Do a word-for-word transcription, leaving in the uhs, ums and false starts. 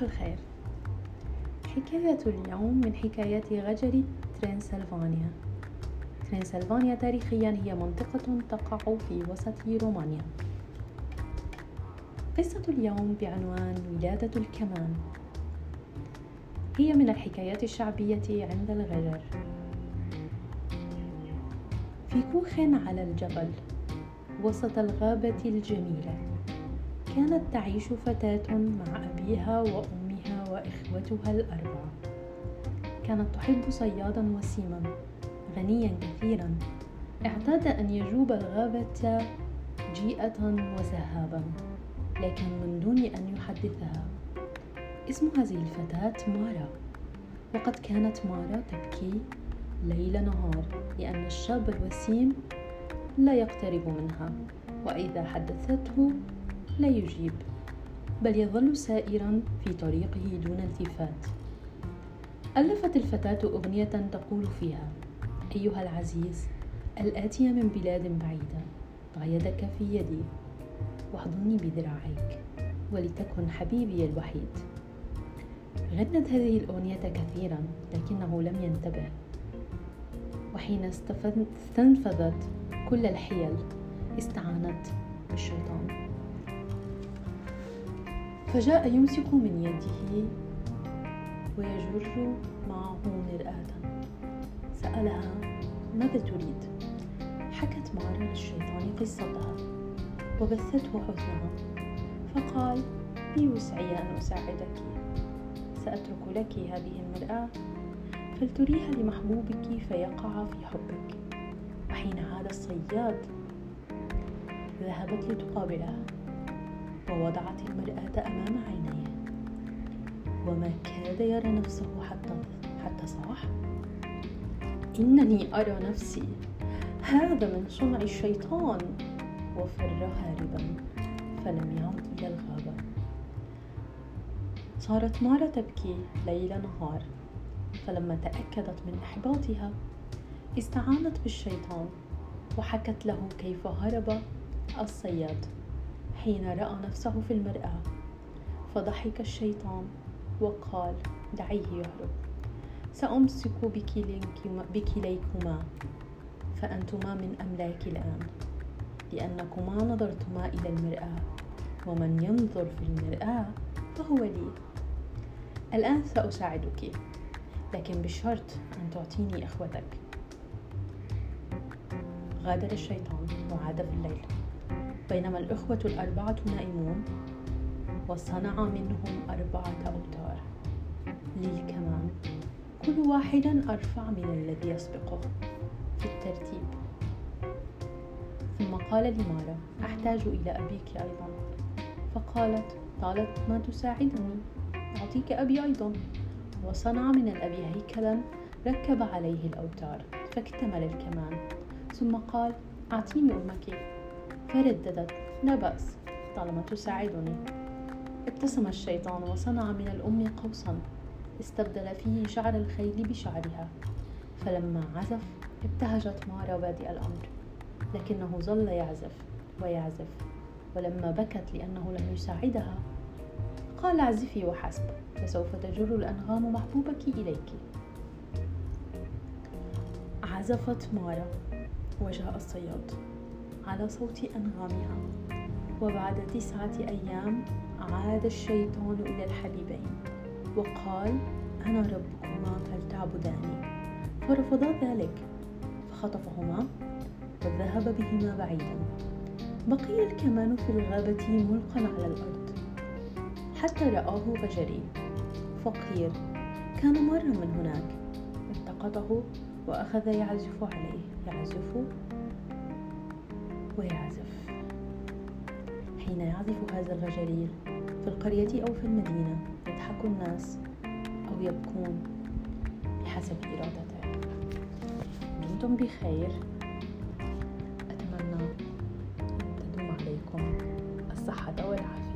صباح الخير. حكاية اليوم من حكايات غجر ترانسلفانيا. ترانسلفانيا تاريخيا هي منطقة تقع في وسط رومانيا. قصة اليوم بعنوان ولادة الكمان. هي من الحكايات الشعبية عند الغجر. في كوخ على الجبل وسط الغابة الجميلة كانت تعيش فتاة مع أبيها وأمها وإخوتها الأربعة. كانت تحب صيادا وسيما غنيا كثيرا اعتاد أن يجوب الغابة جيئة وذهابا، لكن من دون أن يحدثها. اسم هذه الفتاة مارا، وقد كانت مارا تبكي ليل نهار لأن الشاب الوسيم لا يقترب منها، وإذا حدثته لا يجيب، بل يظل سائرا في طريقه دون التفات. ألفت الفتاة أغنية تقول فيها: أيها العزيز الآتي من بلاد بعيدة، ضع يدك في يدي واحضني بذراعيك ولتكن حبيبي الوحيد. غنت هذه الأغنية كثيرا لكنه لم ينتبه، وحين استنفذت كل الحيل استعانت بالشيطان، فجاء يمسك من يده ويجر معه مرآة. سألها: ماذا تريد؟ حكت مارا للشيطان قصتها وبثته حزنها، فقال: ليسعي أن أساعدك سأترك لك هذه المرآة فلتريها لمحبوبك فيقع في حبك. وحين عاد الصياد ذهبت لتقابله ووضعت المرآة أمام عينيه، وما كاد يرى نفسه حتى حتى صاح: إنني أرى نفسي، هذا من صنع الشيطان. وفر هاربا فلم يعد إلى الغابة. صارت مارا تبكي ليل نهار، فلما تأكدت من إحباطها استعانت بالشيطان وحكت له كيف هرب الصياد حين رأى نفسه في المرآة. فضحك الشيطان وقال: دعيه يهرب، سأمسك بكليكما فأنتما من أملاكي الآن، لأنكما نظرتما إلى المرآة، ومن ينظر في المرآة فهو لي. الآن سأساعدك، لكن بشرط أن تعطيني إخوتك. غادر الشيطان وعاد في الليل بينما الإخوة الأربعة نائمون، وصنع منهم أربعة أوتار للكمان، كل واحد أرفع من الذي يسبقه في الترتيب. ثم قال لمارا: أحتاج إلى أبيك أيضا. فقالت: طالت ما تساعدني أعطيك أبي أيضا. وصنع من الأبي هيكلا ركب عليه الأوتار فاكتمل الكمان، ثم قال: أعطيني أمك. فرددت: لا بأس طالما تساعدني. ابتسم الشيطان وصنع من الأم قوسا استبدل فيه شعر الخيل بشعرها، فلما عزف ابتهجت مارا بادئ الأمر، لكنه ظل يعزف ويعزف، ولما بكت لأنه لم يساعدها قال: اعزفي وحسب، فسوف تجر الأنغام محبوبك إليك. عزفت مارا وجاء الصياد على صوت أنغامها، وبعد تسعة أيام عاد الشيطان إلى الحبيبين وقال: أنا ربكما فلتعبداني. فرفضا ذلك، فخطفهما وذهب بهما بعيدا. بقي الكمان في الغابة ملقا على الأرض حتى رآه غجري فقير كان مر من هناك، التقطه وأخذ يعزف عليه، يعزف ويعزف. حين يعزف هذا الغجري في القرية أو في المدينة يضحك الناس أو يبكون بحسب إرادته. دمتم بخير. أتمنى أن تدوم عليكم الصحة والعافية.